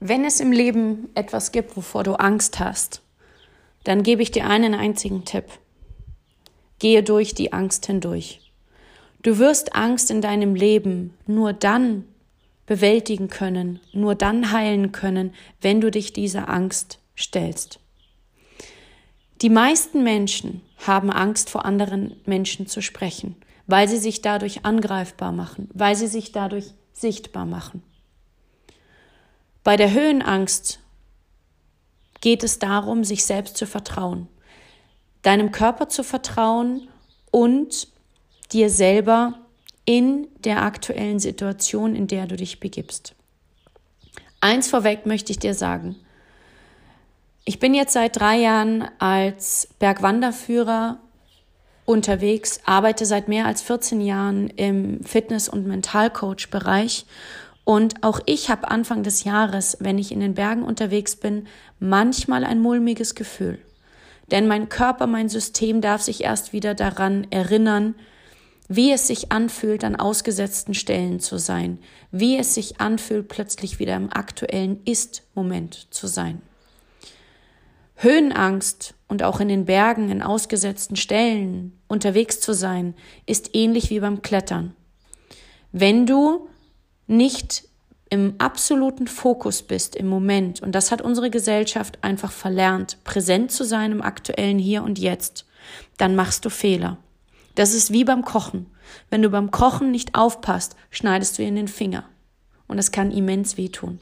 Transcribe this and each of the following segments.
Wenn es im Leben etwas gibt, wovor du Angst hast, dann gebe ich dir einen einzigen Tipp. Gehe durch die Angst hindurch. Du wirst Angst in deinem Leben nur dann bewältigen können, nur dann heilen können, wenn du dich dieser Angst stellst. Die meisten Menschen haben Angst, vor anderen Menschen zu sprechen, weil sie sich dadurch angreifbar machen, weil sie sich dadurch sichtbar machen. Bei der Höhenangst geht es darum, sich selbst zu vertrauen, deinem Körper zu vertrauen und dir selber in der aktuellen Situation, in der du dich begibst. Eins vorweg möchte ich dir sagen. Ich bin jetzt seit 3 Jahren als Bergwanderführer unterwegs, arbeite seit mehr als 14 Jahren im Fitness- und Mentalcoach-Bereich. Und auch ich habe Anfang des Jahres, wenn ich in den Bergen unterwegs bin, manchmal ein mulmiges Gefühl. Denn mein Körper, mein System darf sich erst wieder daran erinnern, wie es sich anfühlt, an ausgesetzten Stellen zu sein, wie es sich anfühlt, plötzlich wieder im aktuellen Ist-Moment zu sein. Höhenangst und auch in den Bergen, in ausgesetzten Stellen unterwegs zu sein, ist ähnlich wie beim Klettern. Wenn du nicht im absoluten Fokus bist im Moment, und das hat unsere Gesellschaft einfach verlernt, präsent zu sein im aktuellen Hier und Jetzt, dann machst du Fehler. Das ist wie beim Kochen. Wenn du beim Kochen nicht aufpasst, schneidest du dir in den Finger. Und das kann immens wehtun.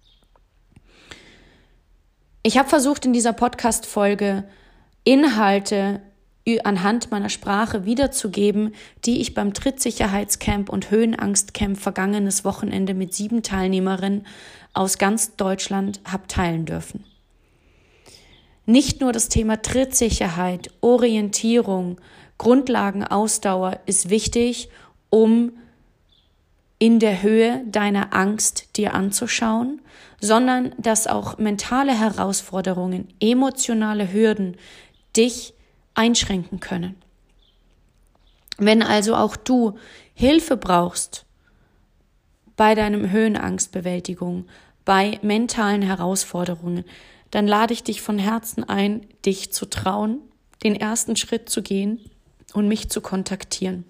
Ich habe versucht, in dieser Podcast-Folge Inhalte anhand meiner Sprache wiederzugeben, die ich beim Trittsicherheitscamp und Höhenangstcamp vergangenes Wochenende mit 7 Teilnehmerinnen aus ganz Deutschland habe teilen dürfen. Nicht nur das Thema Trittsicherheit, Orientierung, Grundlagenausdauer ist wichtig, um in der Höhe deiner Angst dir anzuschauen, sondern dass auch mentale Herausforderungen, emotionale Hürden dich einschränken können. Wenn also auch du Hilfe brauchst bei deinem Höhenangstbewältigung, bei mentalen Herausforderungen, dann lade ich dich von Herzen ein, dich zu trauen, den ersten Schritt zu gehen und mich zu kontaktieren.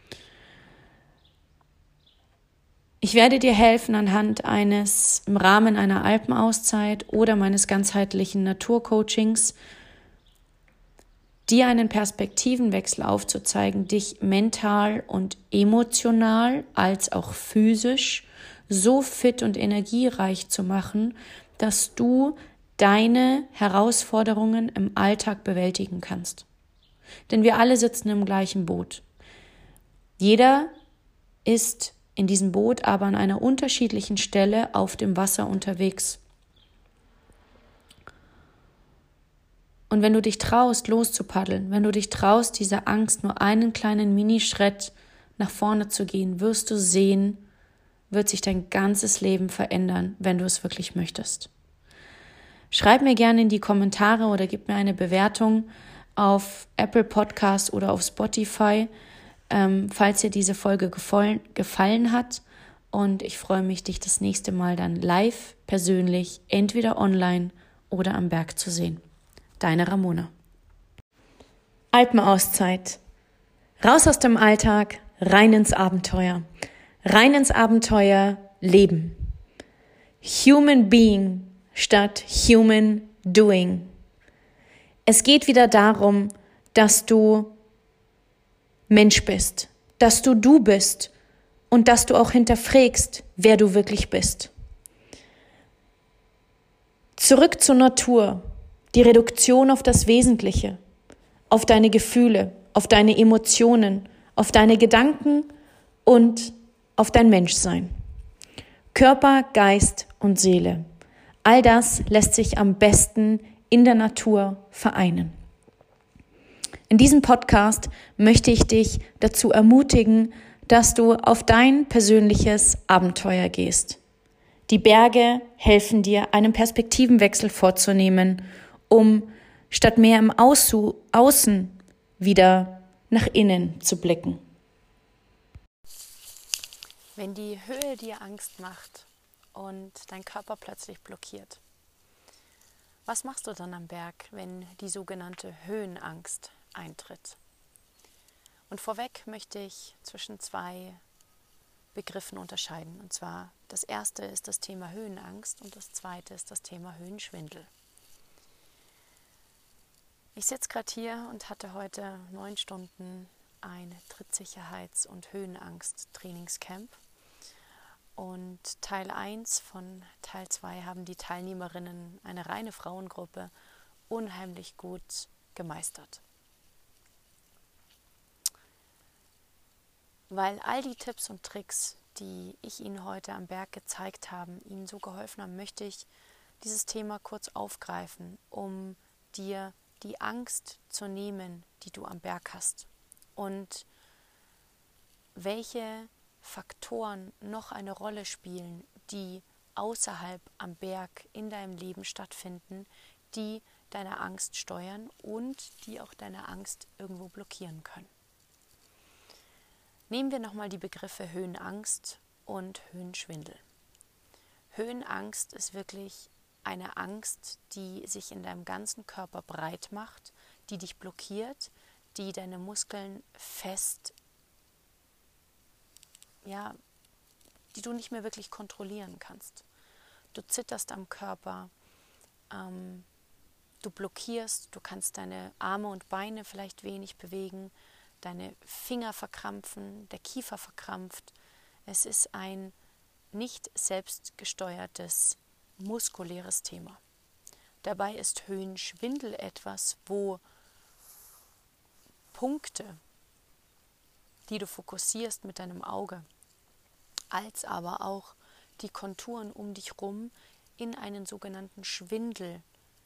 Ich werde dir helfen anhand im Rahmen einer Alpenauszeit oder meines ganzheitlichen Naturcoachings, dir einen Perspektivenwechsel aufzuzeigen, dich mental und emotional als auch physisch so fit und energiereich zu machen, dass du deine Herausforderungen im Alltag bewältigen kannst. Denn wir alle sitzen im gleichen Boot. Jeder ist in diesem Boot aber an einer unterschiedlichen Stelle auf dem Wasser unterwegs. Und wenn du dich traust, loszupaddeln, wenn du dich traust, dieser Angst nur einen kleinen Minischritt nach vorne zu gehen, wirst du sehen, wird sich dein ganzes Leben verändern, wenn du es wirklich möchtest. Schreib mir gerne in die Kommentare oder gib mir eine Bewertung auf Apple Podcast oder auf Spotify, falls dir diese Folge gefallen hat. Und ich freue mich, dich das nächste Mal dann live, persönlich, entweder online oder am Berg zu sehen. Deine Ramona. Alpenauszeit. Raus aus dem Alltag, rein ins Abenteuer. Rein ins Abenteuer leben. Human Being statt Human Doing. Es geht wieder darum, dass du Mensch bist, dass du bist und dass du auch hinterfragst, wer du wirklich bist. Zurück zur Natur, die Reduktion auf das Wesentliche, auf deine Gefühle, auf deine Emotionen, auf deine Gedanken und auf dein Menschsein. Körper, Geist und Seele. All das lässt sich am besten in der Natur vereinen. In diesem Podcast möchte ich dich dazu ermutigen, dass du auf dein persönliches Abenteuer gehst. Die Berge helfen dir, einen Perspektivenwechsel vorzunehmen, um statt mehr im Außen wieder nach innen zu blicken. Wenn die Höhe dir Angst macht und dein Körper plötzlich blockiert. Was machst du dann am Berg, wenn die sogenannte Höhenangst eintritt? Und vorweg möchte ich zwischen zwei Begriffen unterscheiden. Und zwar, das erste ist das Thema Höhenangst und das zweite ist das Thema Höhenschwindel. Ich sitze gerade hier und hatte heute 9 Stunden ein Trittsicherheits- und Höhenangst-Trainingscamp. Und Teil 1 von Teil 2 haben die Teilnehmerinnen, eine reine Frauengruppe, unheimlich gut gemeistert. Weil all die Tipps und Tricks, die ich Ihnen heute am Berg gezeigt habe, Ihnen so geholfen haben, möchte ich dieses Thema kurz aufgreifen, um dir die Angst zu nehmen, die du am Berg hast. Und welche Faktoren noch eine Rolle spielen, die außerhalb am Berg in deinem Leben stattfinden, die deine Angst steuern und die auch deine Angst irgendwo blockieren können. Nehmen wir nochmal die Begriffe Höhenangst und Höhenschwindel. Höhenangst ist wirklich eine Angst, die sich in deinem ganzen Körper breit macht, die dich blockiert, die deine Muskeln fest, die du nicht mehr wirklich kontrollieren kannst. Du zitterst am Körper, du blockierst, du kannst deine Arme und Beine vielleicht wenig bewegen, deine Finger verkrampfen, der Kiefer verkrampft. Es ist ein nicht selbstgesteuertes, muskuläres Thema. Dabei ist Höhenschwindel etwas, wo Punkte, die du fokussierst mit deinem Auge, als aber auch die Konturen um dich rum in einen sogenannten Schwindel,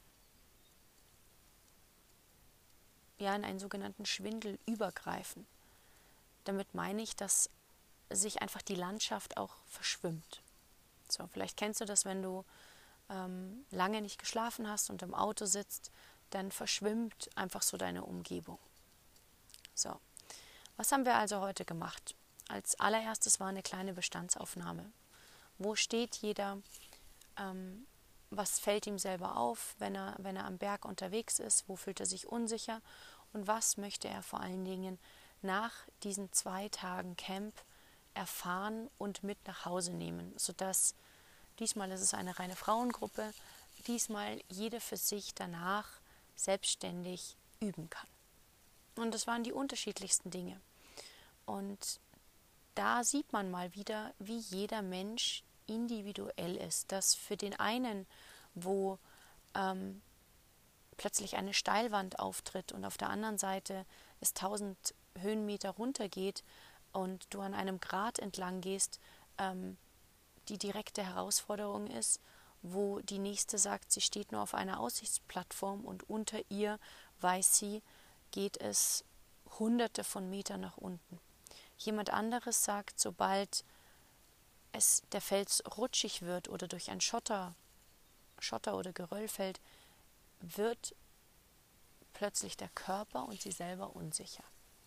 in einen sogenannten Schwindel übergreifen. Damit meine ich, dass sich einfach die Landschaft auch verschwimmt. So, vielleicht kennst du das, wenn du lange nicht geschlafen hast und im Auto sitzt, dann verschwimmt einfach so deine Umgebung. So, was haben wir also heute gemacht? Als allererstes war eine kleine Bestandsaufnahme. Wo steht jeder? Was fällt ihm selber auf, wenn er am Berg unterwegs ist? Wo fühlt er sich unsicher? Und was möchte er vor allen Dingen nach diesen 2 Tagen Camp erfahren und mit nach Hause nehmen, sodass diesmal ist es eine reine Frauengruppe, diesmal jede für sich danach selbstständig üben kann. Und das waren die unterschiedlichsten Dinge. Und da sieht man mal wieder, wie jeder Mensch individuell ist. Dass für den einen, wo plötzlich eine Steilwand auftritt und auf der anderen Seite es 1000 Höhenmeter runtergeht und du an einem Grat entlang gehst, die direkte Herausforderung ist, wo die nächste sagt, sie steht nur auf einer Aussichtsplattform und unter ihr, weiß sie, geht es hunderte von Metern nach unten. Jemand anderes sagt, sobald der Fels rutschig wird oder durch ein Schotter oder Geröll fällt, wird plötzlich der Körper und sie selber unsicher.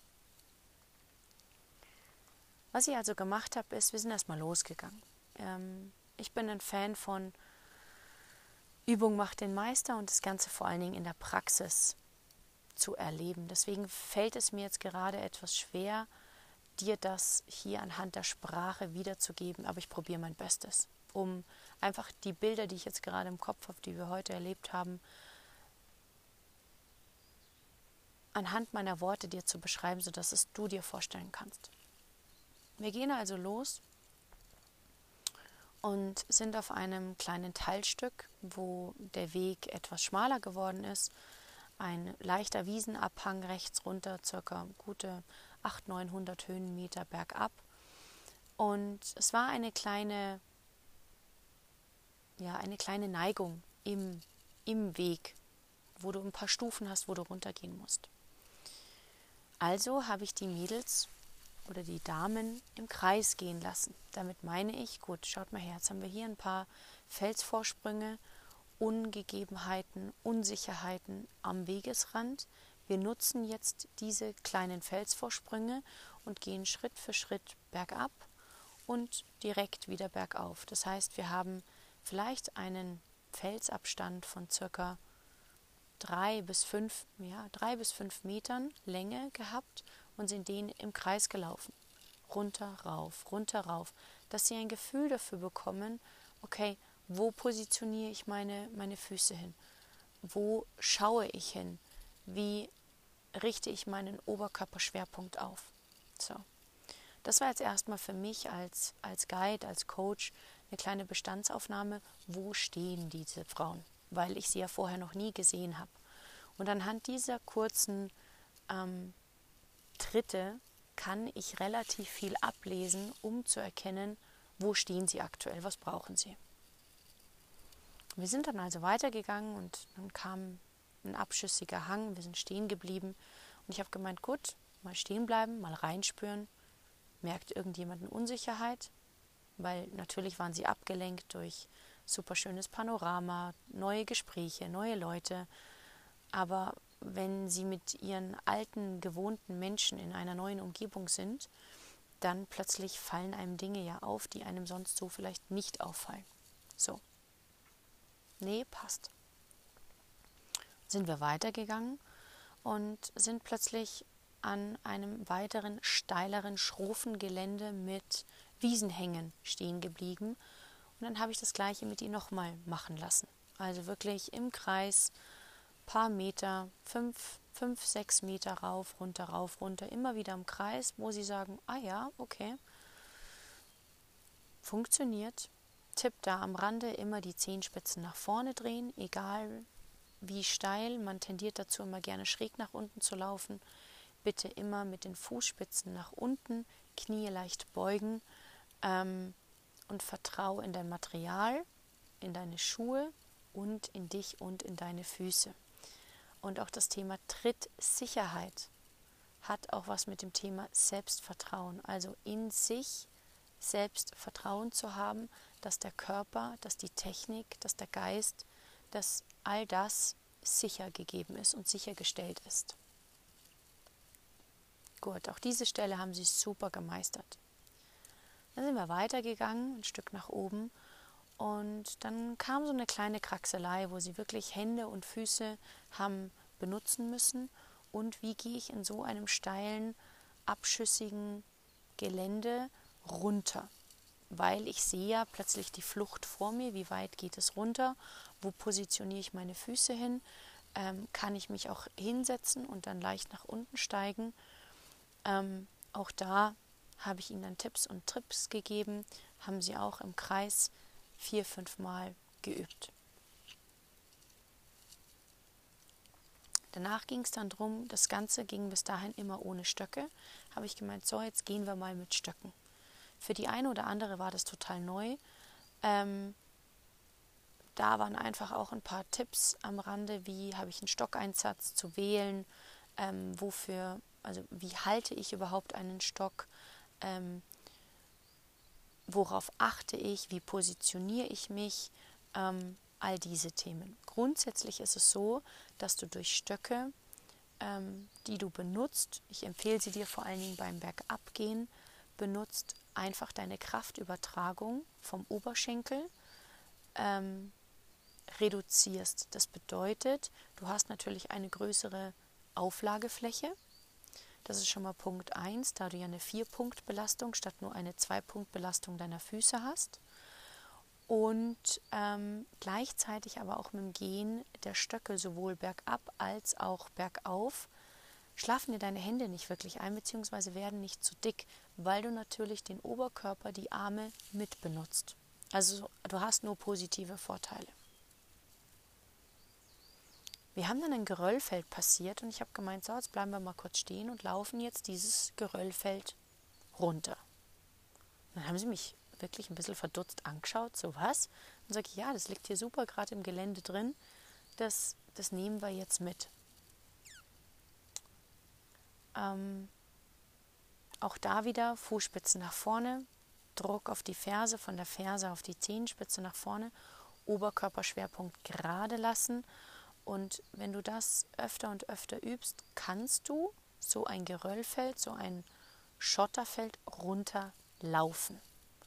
Was ich also gemacht habe, ist, wir sind erstmal losgegangen. Ich bin ein Fan von Übung macht den Meister und das Ganze vor allen Dingen in der Praxis zu erleben. Deswegen fällt es mir jetzt gerade etwas schwer, dir das hier anhand der Sprache wiederzugeben, aber ich probiere mein Bestes, um einfach die Bilder, die ich jetzt gerade im Kopf habe, die wir heute erlebt haben, anhand meiner Worte dir zu beschreiben, sodass es du dir vorstellen kannst. Wir gehen also los und sind auf einem kleinen Teilstück, wo der Weg etwas schmaler geworden ist. Ein leichter Wiesenabhang rechts runter, circa gute 800-900 Höhenmeter bergab. Und es war eine kleine Neigung im Weg, wo du ein paar Stufen hast, wo du runtergehen musst. Also habe ich die Mädels oder die Damen im Kreis gehen lassen. Damit meine ich, gut, schaut mal her, jetzt haben wir hier ein paar Felsvorsprünge, Ungegebenheiten, Unsicherheiten am Wegesrand. Wir nutzen jetzt diese kleinen Felsvorsprünge und gehen Schritt für Schritt bergab und direkt wieder bergauf. Das heißt, wir haben vielleicht einen Felsabstand von circa 3 bis 5 Metern Länge gehabt und sind den im Kreis gelaufen. Runter, rauf, dass sie ein Gefühl dafür bekommen, okay, wo positioniere ich meine Füße hin? Wo schaue ich hin? Wie richte ich meinen Oberkörperschwerpunkt auf? So. Das war jetzt erstmal für mich als Guide, als Coach eine kleine Bestandsaufnahme, wo stehen diese Frauen, weil ich sie ja vorher noch nie gesehen habe. Und anhand dieser kurzen Tritte kann ich relativ viel ablesen, um zu erkennen, wo stehen sie aktuell, was brauchen sie. Wir sind dann also weitergegangen und dann kam ein abschüssiger Hang, wir sind stehen geblieben und ich habe gemeint, gut, mal stehen bleiben, mal reinspüren. Merkt irgendjemand eine Unsicherheit? Weil natürlich waren sie abgelenkt durch super schönes Panorama, neue Gespräche, neue Leute. Aber wenn sie mit ihren alten, gewohnten Menschen in einer neuen Umgebung sind, dann plötzlich fallen einem Dinge ja auf, die einem sonst so vielleicht nicht auffallen. So. Nee, passt. Sind wir weitergegangen und sind plötzlich an einem weiteren, steileren, schroffen Gelände mit Wiesenhängen stehen geblieben. Und dann habe ich das Gleiche mit ihnen nochmal machen lassen. Also wirklich im Kreis, paar Meter, 6 Meter rauf, runter, immer wieder im Kreis, wo sie sagen, ah ja, okay, funktioniert. Tipp da am Rande, immer die Zehenspitzen nach vorne drehen, egal wie steil, man tendiert dazu immer gerne schräg nach unten zu laufen. Bitte immer mit den Fußspitzen nach unten, Knie leicht beugen und vertraue in dein Material, in deine Schuhe und in dich und in deine Füße. Und auch das Thema Trittsicherheit hat auch was mit dem Thema Selbstvertrauen, also in sich selbst Vertrauen zu haben, dass der Körper, dass die Technik, dass der Geist, dass all das sicher gegeben ist und sichergestellt ist. Gut, auch diese Stelle haben sie super gemeistert. Dann sind wir weitergegangen, ein Stück nach oben und dann kam so eine kleine Kraxelei, wo sie wirklich Hände und Füße haben benutzen müssen. Und wie gehe ich in so einem steilen, abschüssigen Gelände runter? Weil ich sehe ja plötzlich die Flucht vor mir, wie weit geht es runter, wo positioniere ich meine Füße hin, kann ich mich auch hinsetzen und dann leicht nach unten steigen. Auch da habe ich ihnen dann Tipps und Tricks gegeben, haben sie auch im Kreis 4-5 Mal geübt. Danach ging es dann darum, das Ganze ging bis dahin immer ohne Stöcke. Habe ich gemeint, so jetzt gehen wir mal mit Stöcken. Für die eine oder andere war das total neu. Da waren einfach auch ein paar Tipps am Rande, wie habe ich einen Stockeinsatz zu wählen, also wie halte ich überhaupt einen Stock, worauf achte ich, wie positioniere ich mich, all diese Themen. Grundsätzlich ist es so, dass du durch Stöcke, die du benutzt, ich empfehle sie dir vor allen Dingen beim Bergabgehen, benutzt einfach deine Kraftübertragung vom Oberschenkel reduzierst. Das bedeutet, du hast natürlich eine größere Auflagefläche. Das ist schon mal Punkt 1, da du ja eine 4-Punkt-Belastung statt nur eine 2-Punkt-Belastung deiner Füße hast. Und gleichzeitig aber auch mit dem Gehen der Stöcke sowohl bergab als auch bergauf schlafen dir deine Hände nicht wirklich ein, beziehungsweise werden nicht zu dick, weil du natürlich den Oberkörper, die Arme mit benutzt. Also du hast nur positive Vorteile. Wir haben dann ein Geröllfeld passiert und ich habe gemeint, so, jetzt bleiben wir mal kurz stehen und laufen jetzt dieses Geröllfeld runter. Dann haben sie mich wirklich ein bisschen verdutzt angeschaut, so was? Und sage ich, ja, das liegt hier super gerade im Gelände drin, das nehmen wir jetzt mit. Auch da wieder Fußspitze nach vorne, Druck auf die Ferse, von der Ferse auf die Zehenspitze nach vorne, Oberkörperschwerpunkt gerade lassen. Und wenn du das öfter und öfter übst, kannst du so ein Geröllfeld, so ein Schotterfeld runterlaufen.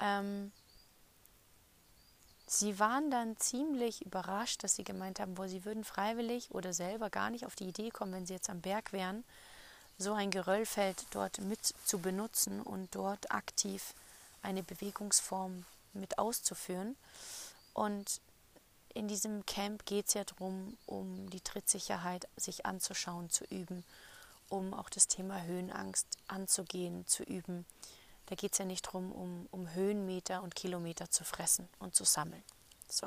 Sie waren dann ziemlich überrascht, dass sie gemeint haben, sie würden freiwillig oder selber gar nicht auf die Idee kommen, wenn sie jetzt am Berg wären, so ein Geröllfeld dort mit zu benutzen und dort aktiv eine Bewegungsform mit auszuführen. Und in diesem Camp geht es ja darum, um die Trittsicherheit sich anzuschauen, zu üben, um auch das Thema Höhenangst anzugehen, zu üben. Da geht es ja nicht darum, um Höhenmeter und Kilometer zu fressen und zu sammeln. So.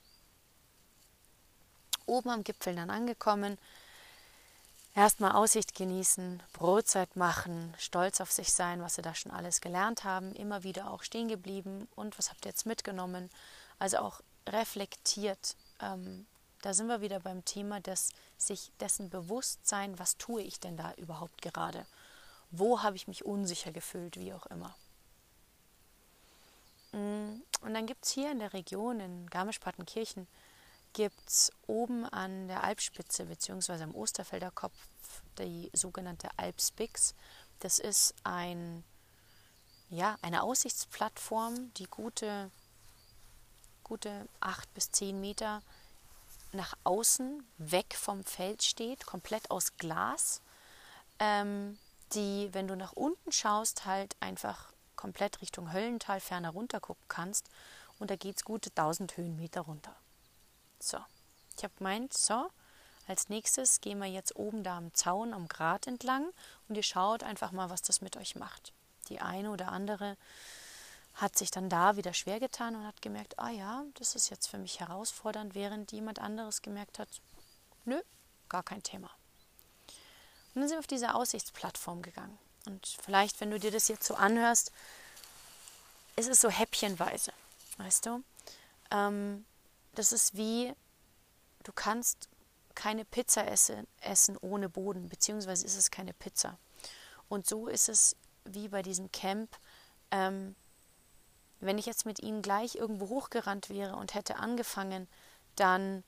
Oben am Gipfel dann angekommen, erstmal Aussicht genießen, Brotzeit machen, stolz auf sich sein, was sie da schon alles gelernt haben, immer wieder auch stehen geblieben und was habt ihr jetzt mitgenommen? Also auch reflektiert. Da sind wir wieder beim Thema sich dessen Bewusstsein, was tue ich denn da überhaupt gerade? Wo habe ich mich unsicher gefühlt, wie auch immer. Und dann gibt es hier in der Region, in Garmisch-Partenkirchen, gibt es oben an der Alpspitze bzw. am Osterfelder Kopf die sogenannte Alpspix. Das ist eine Aussichtsplattform, die gute 8 bis 10 Meter nach außen weg vom Feld steht, komplett aus Glas, die, wenn du nach unten schaust, halt einfach komplett Richtung Höllental ferner runter gucken kannst. Und da geht es gute 1000 Höhenmeter runter. So, ich habe gemeint, als nächstes gehen wir jetzt oben da am Zaun, am Grat entlang und ihr schaut einfach mal, was das mit euch macht. Die eine oder andere hat sich dann da wieder schwer getan und hat gemerkt, das ist jetzt für mich herausfordernd, während jemand anderes gemerkt hat, nö, gar kein Thema. Und dann sind wir auf diese Aussichtsplattform gegangen. Und vielleicht, wenn du dir das jetzt so anhörst, ist es so häppchenweise, weißt du? Das ist wie, du kannst keine Pizza essen ohne Boden, beziehungsweise ist es keine Pizza. Und so ist es wie bei diesem Camp, wenn ich jetzt mit ihnen gleich irgendwo hochgerannt wäre und hätte angefangen, dann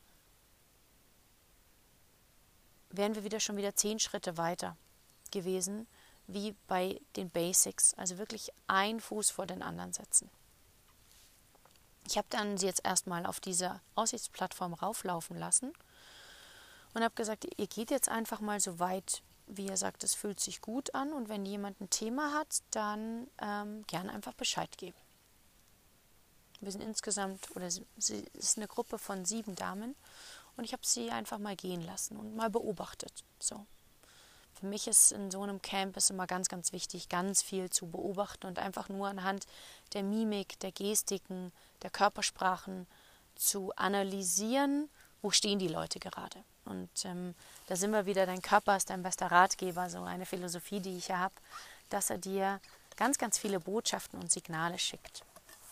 wären wir schon wieder 10 Schritte weiter gewesen, wie bei den Basics. Also wirklich einen Fuß vor den anderen setzen. Ich habe dann sie jetzt erstmal auf diese Aussichtsplattform rauflaufen lassen und habe gesagt, ihr geht jetzt einfach mal so weit, wie ihr sagt, es fühlt sich gut an. Und wenn jemand ein Thema hat, dann gerne einfach Bescheid geben. Wir sind insgesamt, es ist eine Gruppe von 7 Damen und ich habe sie einfach mal gehen lassen und mal beobachtet. So. Für mich ist in so einem Camp immer ganz, ganz wichtig, ganz viel zu beobachten und einfach nur anhand der Mimik, der Gestiken, der Körpersprachen zu analysieren, wo stehen die Leute gerade. Und da sind wir wieder, dein Körper ist dein bester Ratgeber, so eine Philosophie, die ich ja habe, dass er dir ganz, ganz viele Botschaften und Signale schickt.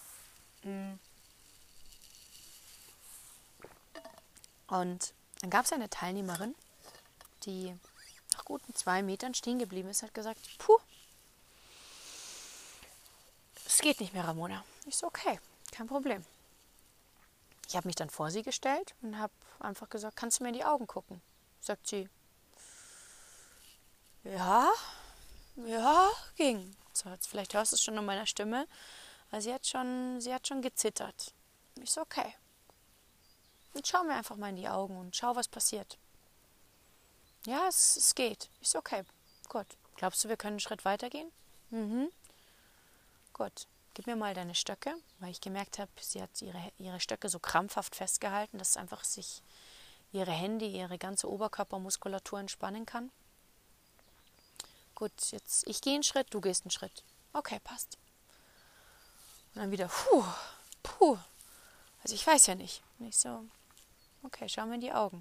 Und dann gab es eine Teilnehmerin, die nach guten 2 Metern stehen geblieben ist, hat gesagt, es geht nicht mehr, Ramona. Ich so, okay, kein Problem. Ich habe mich dann vor sie gestellt und habe einfach gesagt, kannst du mir in die Augen gucken? Sagt sie, ja, ging. So, jetzt vielleicht hörst du es schon an meiner Stimme. Also sie hat schon gezittert. Ich so, okay. Und schau mir einfach mal in die Augen und schau, was passiert. Ja, es geht. Ich so, okay, gut. Glaubst du, wir können einen Schritt weitergehen? Gut. Gib mir mal deine Stöcke, weil ich gemerkt habe, sie hat ihre Stöcke so krampfhaft festgehalten, dass einfach sich ihre Hände, ihre ganze Oberkörpermuskulatur entspannen kann. Gut, jetzt ich gehe einen Schritt, du gehst einen Schritt. Okay, passt. Und dann wieder, also ich weiß ja nicht. Und ich so, okay, schau mir in die Augen.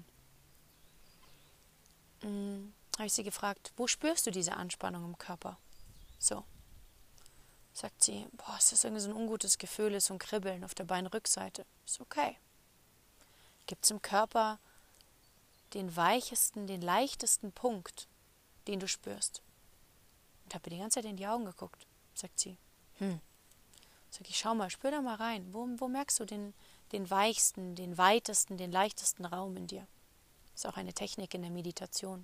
Habe ich sie gefragt, wo spürst du diese Anspannung im Körper? So. Sagt sie, ist das irgendwie so ein ungutes Gefühl, ist so ein Kribbeln auf der Beinrückseite. Ist okay. Gibt es im Körper den weichesten, den leichtesten Punkt, den du spürst? Und habe mir die ganze Zeit in die Augen geguckt. Sagt sie, Sag ich, schau mal, spür da mal rein. Wo merkst du den weichsten, den weitesten, den leichtesten Raum in dir? Das ist auch eine Technik in der Meditation.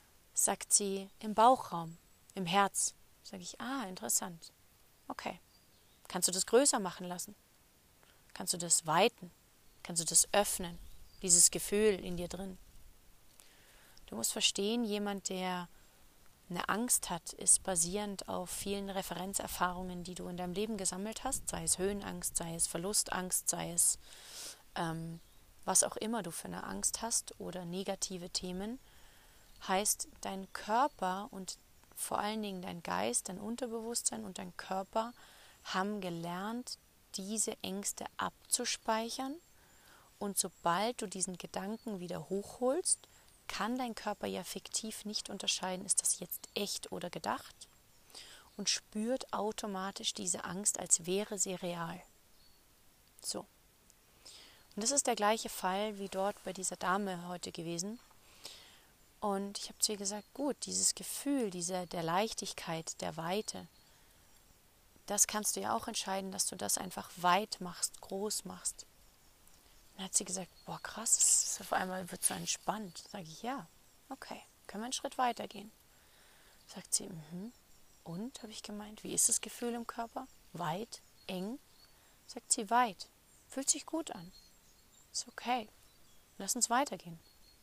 Sagt sie, im Bauchraum, im Herz. Sag ich, interessant. Okay, Kannst du das größer machen lassen? Kannst du das weiten? Kannst du das öffnen? Dieses Gefühl in dir drin. Du musst verstehen, jemand, der eine Angst hat, ist basierend auf vielen Referenzerfahrungen, die du in deinem Leben gesammelt hast, sei es Höhenangst, sei es Verlustangst, sei es was auch immer du für eine Angst hast oder negative Themen, heißt, dein Körper und vor allen Dingen dein Geist, dein Unterbewusstsein und dein Körper haben gelernt, diese Ängste abzuspeichern, und sobald du diesen Gedanken wieder hochholst, kann dein Körper ja fiktiv nicht unterscheiden, ist das jetzt echt oder gedacht, und spürt automatisch diese Angst, als wäre sie real. So. Und das ist der gleiche Fall wie dort bei dieser Dame heute gewesen. Und ich habe zu ihr gesagt, gut, dieses Gefühl der Leichtigkeit, der Weite, das kannst du ja auch entscheiden, dass du das einfach weit machst, groß machst. Dann hat sie gesagt, boah krass, auf einmal wird so entspannt. Sage ich, ja, okay, können wir einen Schritt weiter gehen. Sagt sie, und, habe ich gemeint, wie ist das Gefühl im Körper? Weit, eng? Sagt sie, weit, fühlt sich gut an. Ist okay, lass uns weitergehen.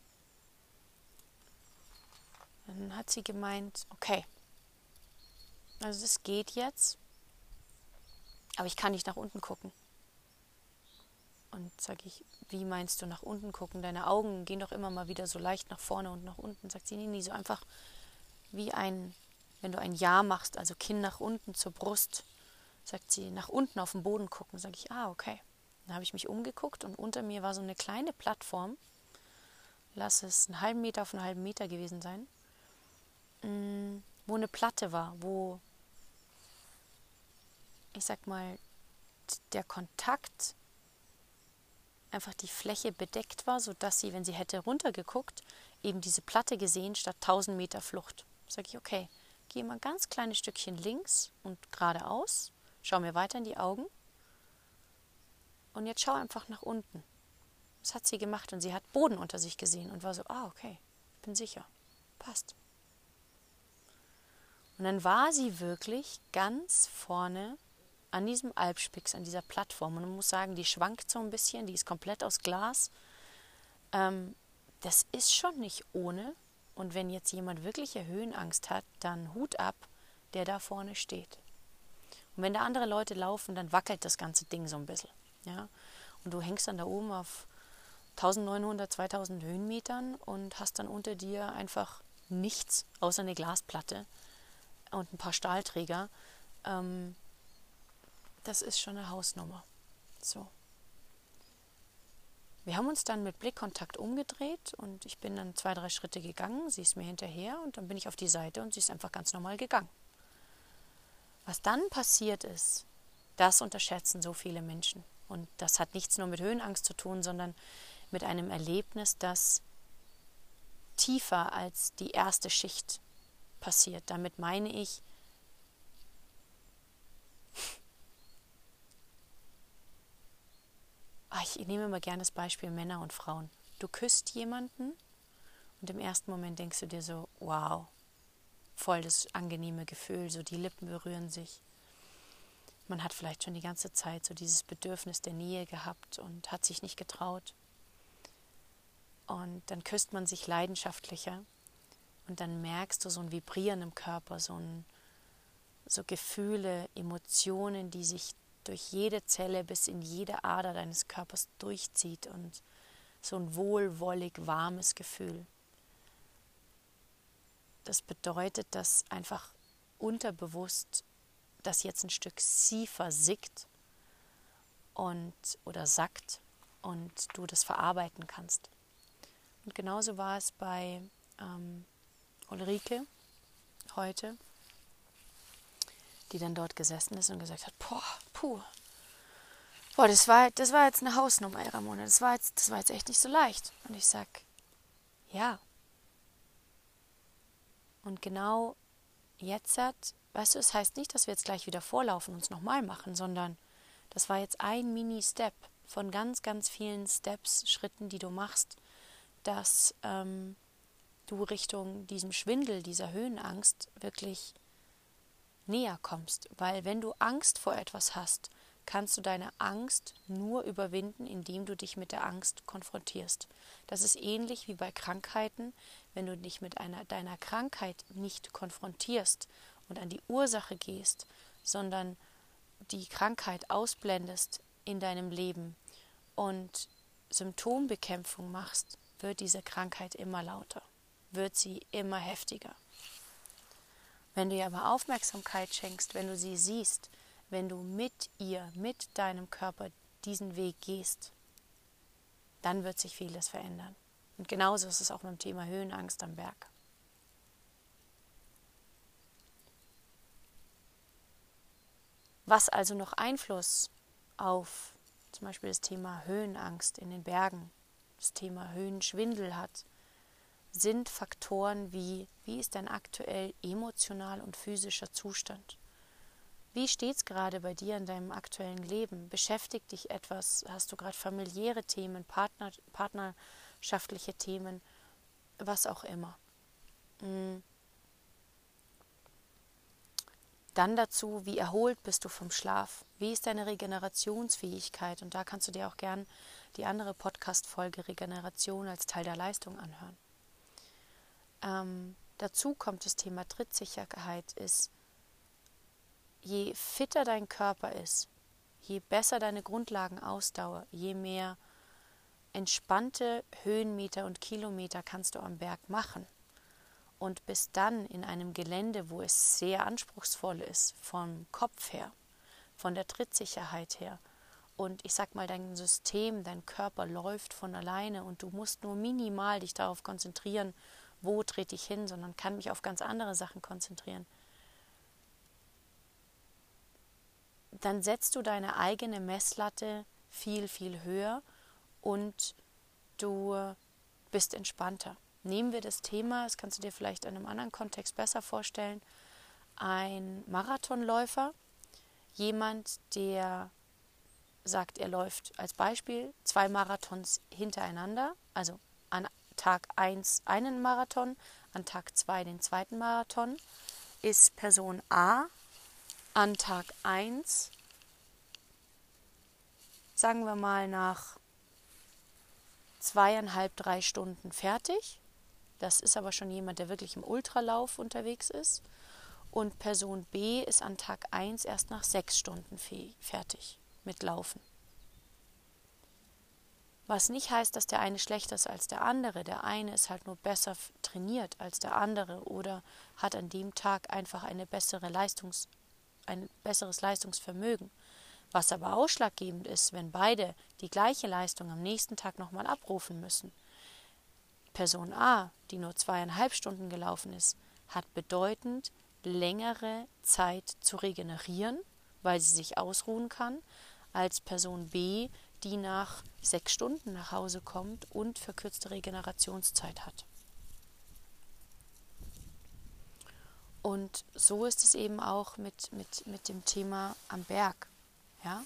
Dann hat sie gemeint, okay, also das geht jetzt, aber ich kann nicht nach unten gucken. Und sage ich, wie meinst du nach unten gucken? Deine Augen gehen doch immer mal wieder so leicht nach vorne und nach unten. Sagt sie, nee, so einfach wie wenn du ein Ja machst, also Kinn nach unten zur Brust. Sagt sie, nach unten auf den Boden gucken. Sage ich, okay. Dann habe ich mich umgeguckt und unter mir war so eine kleine Plattform. Lass es einen halben Meter auf einen halben Meter gewesen sein. Wo eine Platte war, wo, ich sag mal, der Kontakt einfach die Fläche bedeckt war, sodass sie, wenn sie hätte runtergeguckt, eben diese Platte gesehen statt 1000 Meter Flucht. Sag ich, okay, gehe mal ein ganz kleines Stückchen links und geradeaus, schau mir weiter in die Augen und jetzt schau einfach nach unten. Das hat sie gemacht und sie hat Boden unter sich gesehen und war so, okay, ich bin sicher, passt. Und dann war sie wirklich ganz vorne an diesem Alpspix, an dieser Plattform. Und man muss sagen, die schwankt so ein bisschen, die ist komplett aus Glas. Das ist schon nicht ohne. Und wenn jetzt jemand wirkliche Höhenangst hat, dann Hut ab, der da vorne steht. Und wenn da andere Leute laufen, dann wackelt das ganze Ding so ein bisschen. Ja? Und du hängst dann da oben auf 1900, 2000 Höhenmetern und hast dann unter dir einfach nichts, außer eine Glasplatte und ein paar Stahlträger. Das ist schon eine Hausnummer. So. Wir haben uns dann mit Blickkontakt umgedreht und ich bin dann 2, 3 Schritte gegangen, sie ist mir hinterher und dann bin ich auf die Seite und sie ist einfach ganz normal gegangen. Was dann passiert ist, das unterschätzen so viele Menschen. Und das hat nichts nur mit Höhenangst zu tun, sondern mit einem Erlebnis, das tiefer als die erste Schicht passiert. Damit meine ich, ich nehme immer gerne das Beispiel Männer und Frauen. Du küsst jemanden und im ersten Moment denkst du dir so, wow, voll das angenehme Gefühl, so die Lippen berühren sich. Man hat vielleicht schon die ganze Zeit so dieses Bedürfnis der Nähe gehabt und hat sich nicht getraut. Und dann küsst man sich leidenschaftlicher und dann merkst du so ein Vibrieren im Körper, so Gefühle, Emotionen, die sich durch jede Zelle bis in jede Ader deines Körpers durchzieht und so ein wohlwollig warmes Gefühl. Das bedeutet, dass einfach unterbewusst das jetzt ein Stück sie versickt oder sackt und du das verarbeiten kannst. Und genauso war es bei Ulrike heute, die dann dort gesessen ist und gesagt hat, das war jetzt eine Hausnummer, Ramona, das war jetzt echt nicht so leicht. Und ich sag, ja. Und genau jetzt weißt du, es heißt nicht, dass wir jetzt gleich wieder vorlaufen und es nochmal machen, sondern das war jetzt ein Mini-Step von ganz, ganz vielen Steps, Schritten, die du machst, dass du Richtung diesem Schwindel, dieser Höhenangst wirklich näher kommst. Weil wenn du Angst vor etwas hast, kannst du deine Angst nur überwinden, indem du dich mit der Angst konfrontierst. Das ist ähnlich wie bei Krankheiten. Wenn du dich mit deiner Krankheit nicht konfrontierst und an die Ursache gehst, sondern die Krankheit ausblendest in deinem Leben und Symptombekämpfung machst, wird diese Krankheit immer lauter, wird sie immer heftiger. Wenn du ihr aber Aufmerksamkeit schenkst, wenn du sie siehst, wenn du mit ihr, mit deinem Körper diesen Weg gehst, dann wird sich vieles verändern. Und genauso ist es auch beim Thema Höhenangst am Berg. Was also noch Einfluss auf zum Beispiel das Thema Höhenangst in den Bergen, das Thema Höhenschwindel hat, sind Faktoren wie ist dein aktuell emotional und physischer Zustand? Wie steht es gerade bei dir in deinem aktuellen Leben? Beschäftigt dich etwas? Hast du gerade familiäre Themen, partnerschaftliche Themen, was auch immer? Dann dazu, wie erholt bist du vom Schlaf? Wie ist deine Regenerationsfähigkeit? Und da kannst du dir auch gern die andere Podcast-Folge Regeneration als Teil der Leistung anhören. Dazu kommt das Thema Trittsicherheit ist, je fitter dein Körper ist, je besser deine Grundlagenausdauer, je mehr entspannte Höhenmeter und Kilometer kannst du am Berg machen. Und bist dann in einem Gelände, wo es sehr anspruchsvoll ist, vom Kopf her, von der Trittsicherheit her. Und ich sag mal, dein System, dein Körper läuft von alleine und du musst nur minimal dich darauf konzentrieren, wo trete ich hin, sondern kann mich auf ganz andere Sachen konzentrieren. Dann setzt du deine eigene Messlatte viel, viel höher und du bist entspannter. Nehmen wir das Thema, das kannst du dir vielleicht in einem anderen Kontext besser vorstellen, ein Marathonläufer, jemand, der sagt, er läuft als Beispiel 2 Marathons hintereinander, also an Tag 1 einen Marathon, an Tag 2 den zweiten Marathon, ist Person A an Tag 1, sagen wir mal nach 2,5, 3 Stunden fertig. Das ist aber schon jemand, der wirklich im Ultralauf unterwegs ist. Und Person B ist an Tag 1 erst nach 6 Stunden fertig mit Laufen. Was nicht heißt, dass der eine schlechter ist als der andere. Der eine ist halt nur besser trainiert als der andere oder hat an dem Tag einfach ein besseres Leistungsvermögen. Was aber ausschlaggebend ist, wenn beide die gleiche Leistung am nächsten Tag nochmal abrufen müssen. Person A, die nur 2,5 Stunden gelaufen ist, hat bedeutend längere Zeit zu regenerieren, weil sie sich ausruhen kann, als Person B, die nach 6 Stunden nach Hause kommt und verkürzte Regenerationszeit hat. Und so ist es eben auch mit dem Thema am Berg. Ja?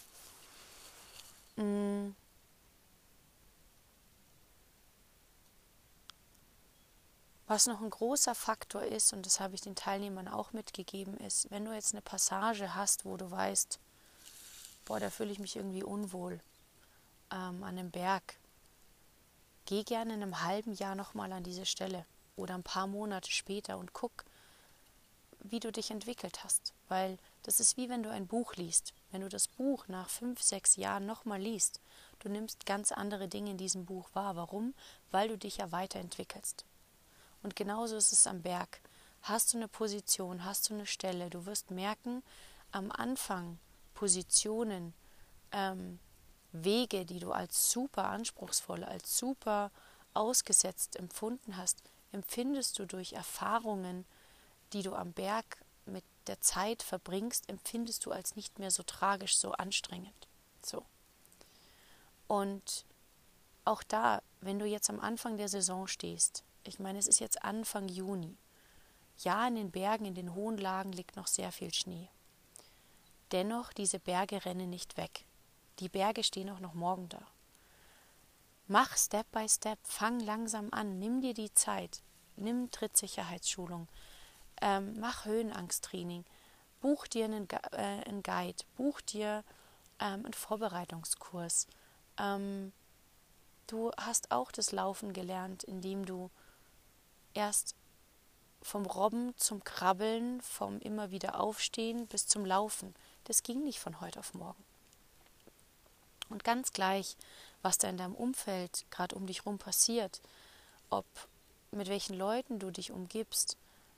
Was noch ein großer Faktor ist, und das habe ich den Teilnehmern auch mitgegeben, ist, wenn du jetzt eine Passage hast, wo du weißt, da fühle ich mich irgendwie unwohl an einem Berg, geh gerne in einem halben Jahr nochmal an diese Stelle oder ein paar Monate später und guck, wie du dich entwickelt hast. Weil das ist wie wenn du ein Buch liest. Wenn du das Buch nach 5, 6 Jahren nochmal liest, du nimmst ganz andere Dinge in diesem Buch wahr. Warum? Weil du dich ja weiterentwickelst. Und genauso ist es am Berg. Hast du eine Position, hast du eine Stelle, du wirst merken, am Anfang Positionen, Wege, die du als super anspruchsvoll, als super ausgesetzt empfunden hast, empfindest du durch Erfahrungen, die du am Berg mit der Zeit verbringst, empfindest du als nicht mehr so tragisch, so anstrengend. So. Und auch da, wenn du jetzt am Anfang der Saison stehst, ich meine, es ist jetzt Anfang Juni, ja, in den Bergen, in den hohen Lagen liegt noch sehr viel Schnee. Dennoch, diese Berge rennen nicht weg. Die Berge stehen auch noch morgen da. Mach Step by Step, fang langsam an, nimm dir die Zeit, nimm Trittsicherheitsschulung, mach Höhenangsttraining, Buch dir einen Guide, buch dir einen Vorbereitungskurs. Du hast auch das Laufen gelernt, indem du erst vom Robben zum Krabbeln, vom immer wieder Aufstehen bis zum Laufen. Das ging nicht von heute auf morgen. Und ganz gleich, was da in deinem Umfeld gerade um dich rum passiert, ob mit welchen Leuten du dich umgibst,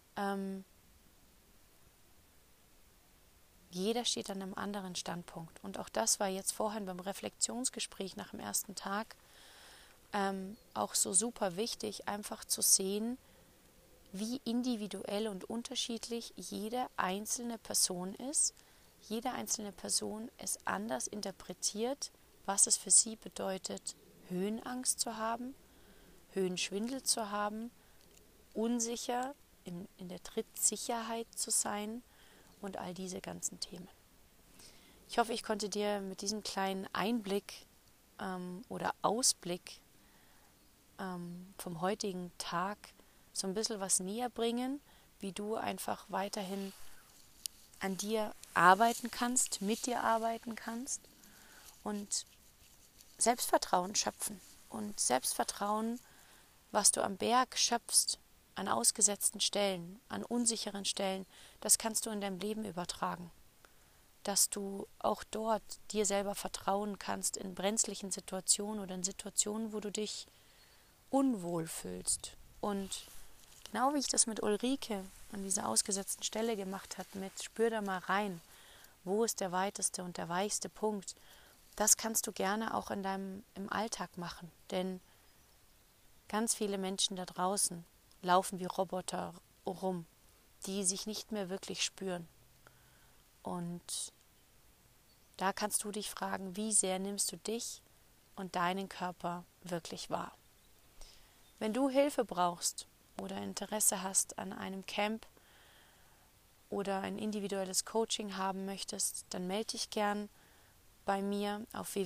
jeder steht an einem anderen Standpunkt. Und auch das war jetzt vorhin beim Reflexionsgespräch nach dem ersten Tag auch so super wichtig, einfach zu sehen, wie individuell und unterschiedlich jede einzelne Person ist. Jede einzelne Person es anders interpretiert, was es für sie bedeutet, Höhenangst zu haben, Höhenschwindel zu haben, unsicher in der Trittsicherheit zu sein und all diese ganzen Themen. Ich hoffe, ich konnte dir mit diesem kleinen Einblick oder Ausblick vom heutigen Tag so ein bisschen was näher bringen, wie du einfach weiterhin an dir arbeiten kannst, mit dir arbeiten kannst und Selbstvertrauen schöpfen. Und Selbstvertrauen, was du am Berg schöpfst, an ausgesetzten Stellen, an unsicheren Stellen, das kannst du in deinem Leben übertragen. Dass du auch dort dir selber vertrauen kannst in brenzlichen Situationen oder in Situationen, wo du dich unwohl fühlst. Und genau wie ich das mit Ulrike an dieser ausgesetzten Stelle gemacht habe, mit spür da mal rein, wo ist der weiteste und der weichste Punkt, das kannst du gerne auch im Alltag machen. Denn ganz viele Menschen da draußen laufen wie Roboter rum, die sich nicht mehr wirklich spüren. Und da kannst du dich fragen, wie sehr nimmst du dich und deinen Körper wirklich wahr? Wenn du Hilfe brauchst oder Interesse hast an einem Camp oder ein individuelles Coaching haben möchtest, dann melde dich gern bei mir auf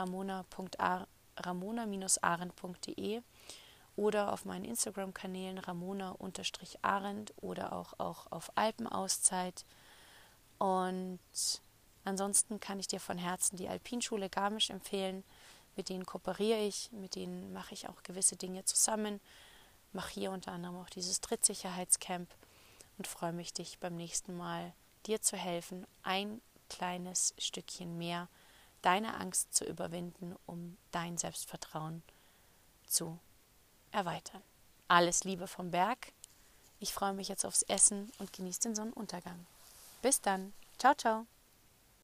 www.ramona-arendt.de oder auf meinen Instagram-Kanälen ramona_arendt oder auch auf Alpenauszeit. Und ansonsten kann ich dir von Herzen die Alpinschule Garmisch empfehlen. Mit denen kooperiere ich, mit denen mache ich auch gewisse Dinge zusammen, mache hier unter anderem auch dieses Trittsicherheitscamp und freue mich, dich beim nächsten Mal dir zu helfen, ein kleines Stückchen mehr deine Angst zu überwinden, um dein Selbstvertrauen zu erweitern. Alles Liebe vom Berg. Ich freue mich jetzt aufs Essen und genieße den Sonnenuntergang. Bis dann. Ciao, ciao.